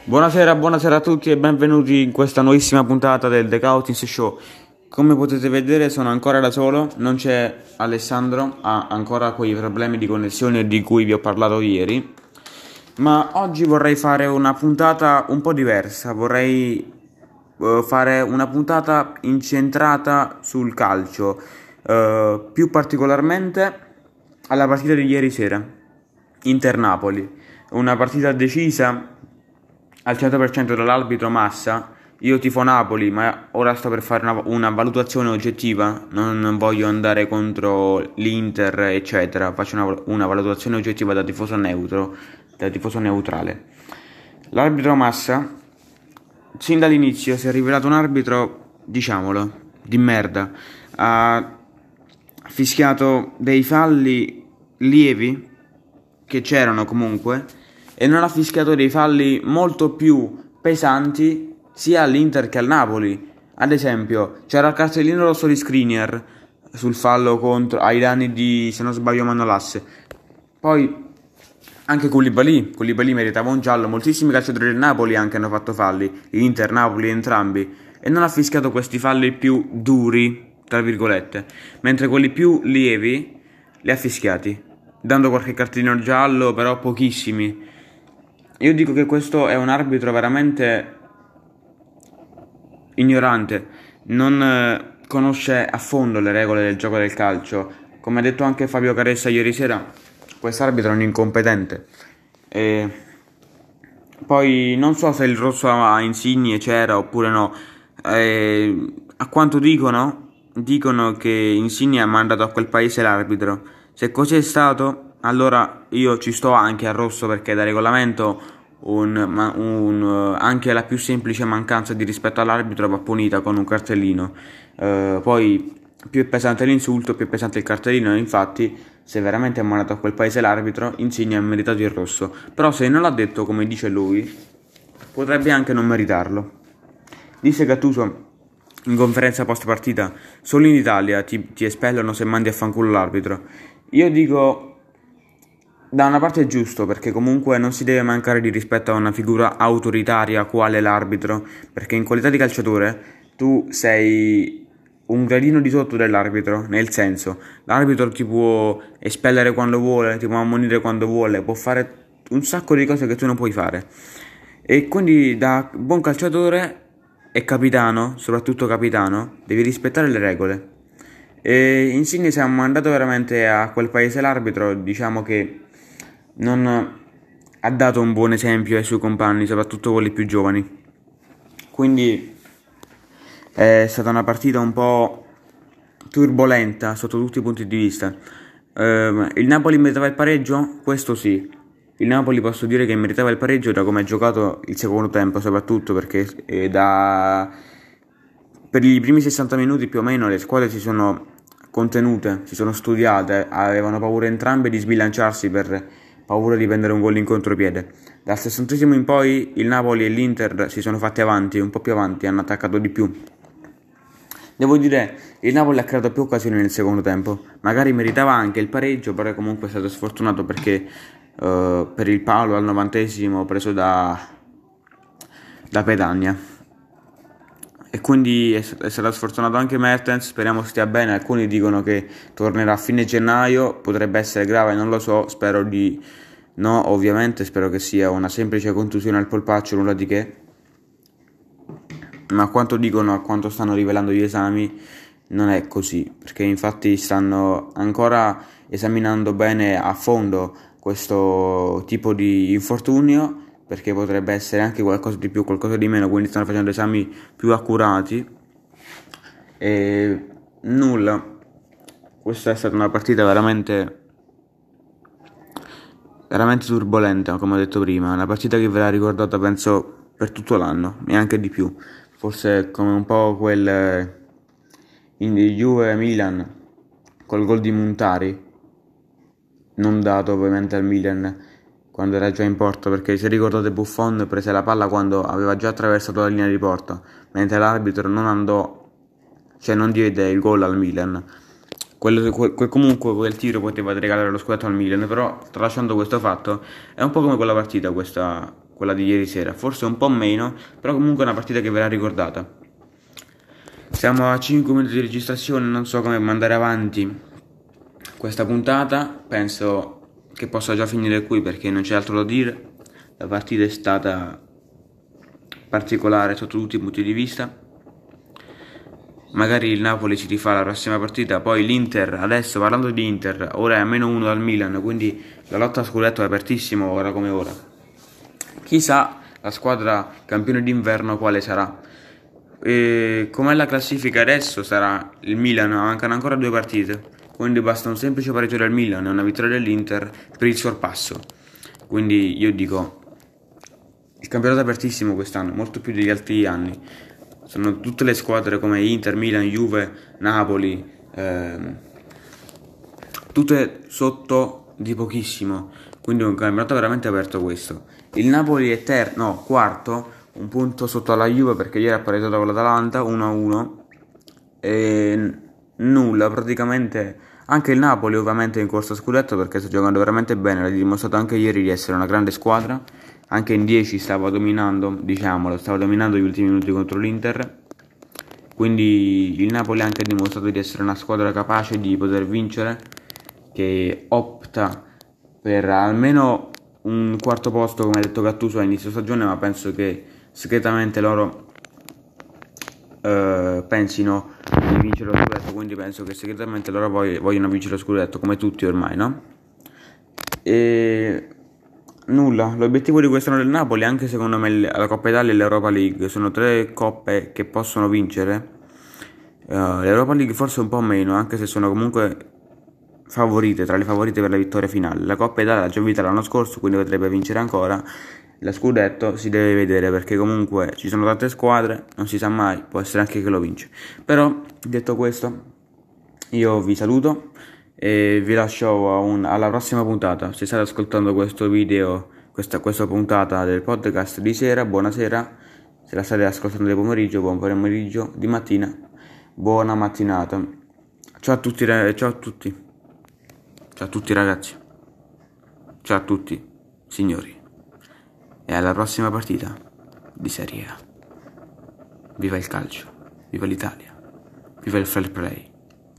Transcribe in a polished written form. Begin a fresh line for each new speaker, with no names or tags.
Buonasera a tutti e benvenuti in questa nuovissima puntata del The Cautins Show. Come potete vedere sono ancora da solo, non c'è Alessandro, ha ancora quei problemi di connessione di cui vi ho parlato ieri, ma oggi vorrei fare una puntata un po' diversa, vorrei fare una puntata incentrata sul calcio, più particolarmente alla partita di ieri sera, Inter-Napoli, una partita decisa al 100% dall'arbitro Massa. Io tifo Napoli, ma ora sto per fare una valutazione oggettiva, non voglio andare contro l'Inter, eccetera. Faccio una valutazione oggettiva da tifoso neutro, da tifoso neutrale. L'arbitro Massa, sin dall'inizio, si è rivelato un arbitro, diciamolo, di merda. Ha fischiato dei falli lievi, che c'erano comunque, e non ha fischiato dei falli molto più pesanti sia all'Inter che al Napoli. Ad esempio, c'era il cartellino rosso di Skriniar sul fallo ai danni di, se non sbaglio, Manolas. Poi anche Koulibaly meritava un giallo. Moltissimi calciatori del Napoli anche hanno fatto falli, l'Inter, Napoli, entrambi, e non ha fischiato questi falli più duri, tra virgolette, mentre quelli più lievi li ha fischiati, dando qualche cartellino giallo, però pochissimi. Io dico che questo è un arbitro veramente ignorante, non conosce a fondo le regole del gioco del calcio. Come ha detto anche Fabio Caressa ieri sera, quest'arbitro è un incompetente. E poi non so se il rosso a Insigne c'era oppure no. A quanto dicono che Insigne ha mandato a quel paese l'arbitro. Se così è stato, allora io ci sto anche al rosso, perché da regolamento anche la più semplice mancanza di rispetto all'arbitro va punita con un cartellino. Poi più è pesante l'insulto, più è pesante il cartellino. Infatti, se veramente ha mandato a quel paese l'arbitro, Insigne ha meritato il rosso. Però se non l'ha detto come dice lui, potrebbe anche non meritarlo. Disse Gattuso in conferenza post partita: solo in Italia ti espellono se mandi a fanculo l'arbitro. Io dico, da una parte è giusto, perché comunque non si deve mancare di rispetto a una figura autoritaria quale l'arbitro, perché in qualità di calciatore tu sei un gradino di sotto dell'arbitro, nel senso, l'arbitro ti può espellere quando vuole, ti può ammonire quando vuole, può fare un sacco di cose che tu non puoi fare. E quindi da buon calciatore e capitano, soprattutto capitano, devi rispettare le regole. E Insigne, se ha mandato veramente a quel paese l'arbitro, diciamo che non ha dato un buon esempio ai suoi compagni, soprattutto quelli più giovani. Quindi è stata una partita un po' turbolenta sotto tutti i punti di vista. Il Napoli meritava il pareggio? Questo sì. Il Napoli, posso dire che meritava il pareggio da come ha giocato il secondo tempo, soprattutto perché per i primi 60 minuti più o meno le squadre si sono contenute, si sono studiate, avevano paura entrambe di sbilanciarsi per paura di prendere un gol in contropiede. Dal 60° in poi il Napoli e l'Inter si sono fatti avanti, un po' più avanti, hanno attaccato di più. Devo dire, il Napoli ha creato più occasioni nel secondo tempo, magari meritava anche il pareggio, però comunque è stato sfortunato perché per il palo al 90° preso da Petagna. E quindi è stato sfortunato anche Mertens, speriamo stia bene. Alcuni dicono che tornerà a fine gennaio, potrebbe essere grave, non lo so, spero di no, ovviamente, spero che sia una semplice contusione al polpaccio, nulla di che. Ma a quanto dicono, a quanto stanno rivelando gli esami, non è così, perché infatti stanno ancora esaminando bene a fondo questo tipo di infortunio, perché potrebbe essere anche qualcosa di più, qualcosa di meno, quindi stanno facendo esami più accurati. E nulla, questa è stata una partita veramente turbolenta, come ho detto prima, una partita che verrà ricordata penso per tutto l'anno e anche di più, forse come un po' quel in Juve-Milan col gol di Montari, non dato ovviamente al Milan quando era già in porta, perché se ricordate Buffon prese la palla quando aveva già attraversato la linea di porta, mentre l'arbitro non andò, cioè non diede il gol al Milan. Comunque quel tiro poteva regalare lo scudetto al Milan, però tralasciando questo fatto, è un po' come quella partita questa quella di ieri sera, forse un po' meno, però comunque è una partita che verrà ricordata. Siamo a 5 minuti di registrazione, non so come mandare avanti questa puntata, penso che possa già finire qui perché non c'è altro da dire. La partita è stata particolare sotto tutti i punti di vista. Magari il Napoli si rifà la prossima partita, poi l'Inter, adesso parlando di Inter, ora è a -1 dal Milan, quindi la lotta a scudetto è apertissima ora come ora. Chissà la squadra campione d'inverno quale sarà. Com'è la classifica adesso sarà il Milan, mancano ancora 2 partite, quindi basta un semplice pareggio del Milan e una vittoria dell'Inter per il sorpasso. Quindi io dico, il campionato è apertissimo quest'anno, molto più degli altri anni. Sono tutte le squadre come Inter, Milan, Juve, Napoli, tutte sotto di pochissimo, quindi è un campionato veramente aperto questo. Il Napoli è quarto, un punto sotto alla Juve perché ieri ha pareggiato con l'Atalanta 1-1 e nulla praticamente. Anche il Napoli ovviamente è in corsa a scudetto perché sta giocando veramente bene, l'ha dimostrato anche ieri di essere una grande squadra. Anche in 10 stava dominando, diciamolo, stava dominando gli ultimi minuti contro l'Inter. Quindi il Napoli ha anche dimostrato di essere una squadra capace di poter vincere, che opta per almeno un quarto posto, come ha detto Gattuso a inizio stagione, ma penso che segretamente loro pensino di vincere lo scudetto, quindi penso che segretamente loro vogliono vincere lo scudetto, come tutti ormai, no? E nulla, l'obiettivo di quest'anno del Napoli, anche secondo me la Coppa Italia e l'Europa League, sono 3 coppe che possono vincere. L'Europa League forse un po' meno, anche se sono comunque favorite, tra le favorite per la vittoria finale. La Coppa Italia l'ha già vinta l'anno scorso, quindi potrebbe vincere ancora. La scudetto si deve vedere perché comunque ci sono tante squadre, non si sa mai, può essere anche che lo vince. Però, detto questo, io vi saluto e vi lascio alla prossima puntata. Se state ascoltando questo video, questa puntata del podcast di sera, buonasera. Se la state ascoltando di pomeriggio, buon pomeriggio, di mattina, buona mattinata. Ciao a tutti, ciao a tutti. Ciao a tutti ragazzi. Ciao a tutti, signori. E alla prossima partita di Serie A. Viva il calcio, viva l'Italia, viva il fair play.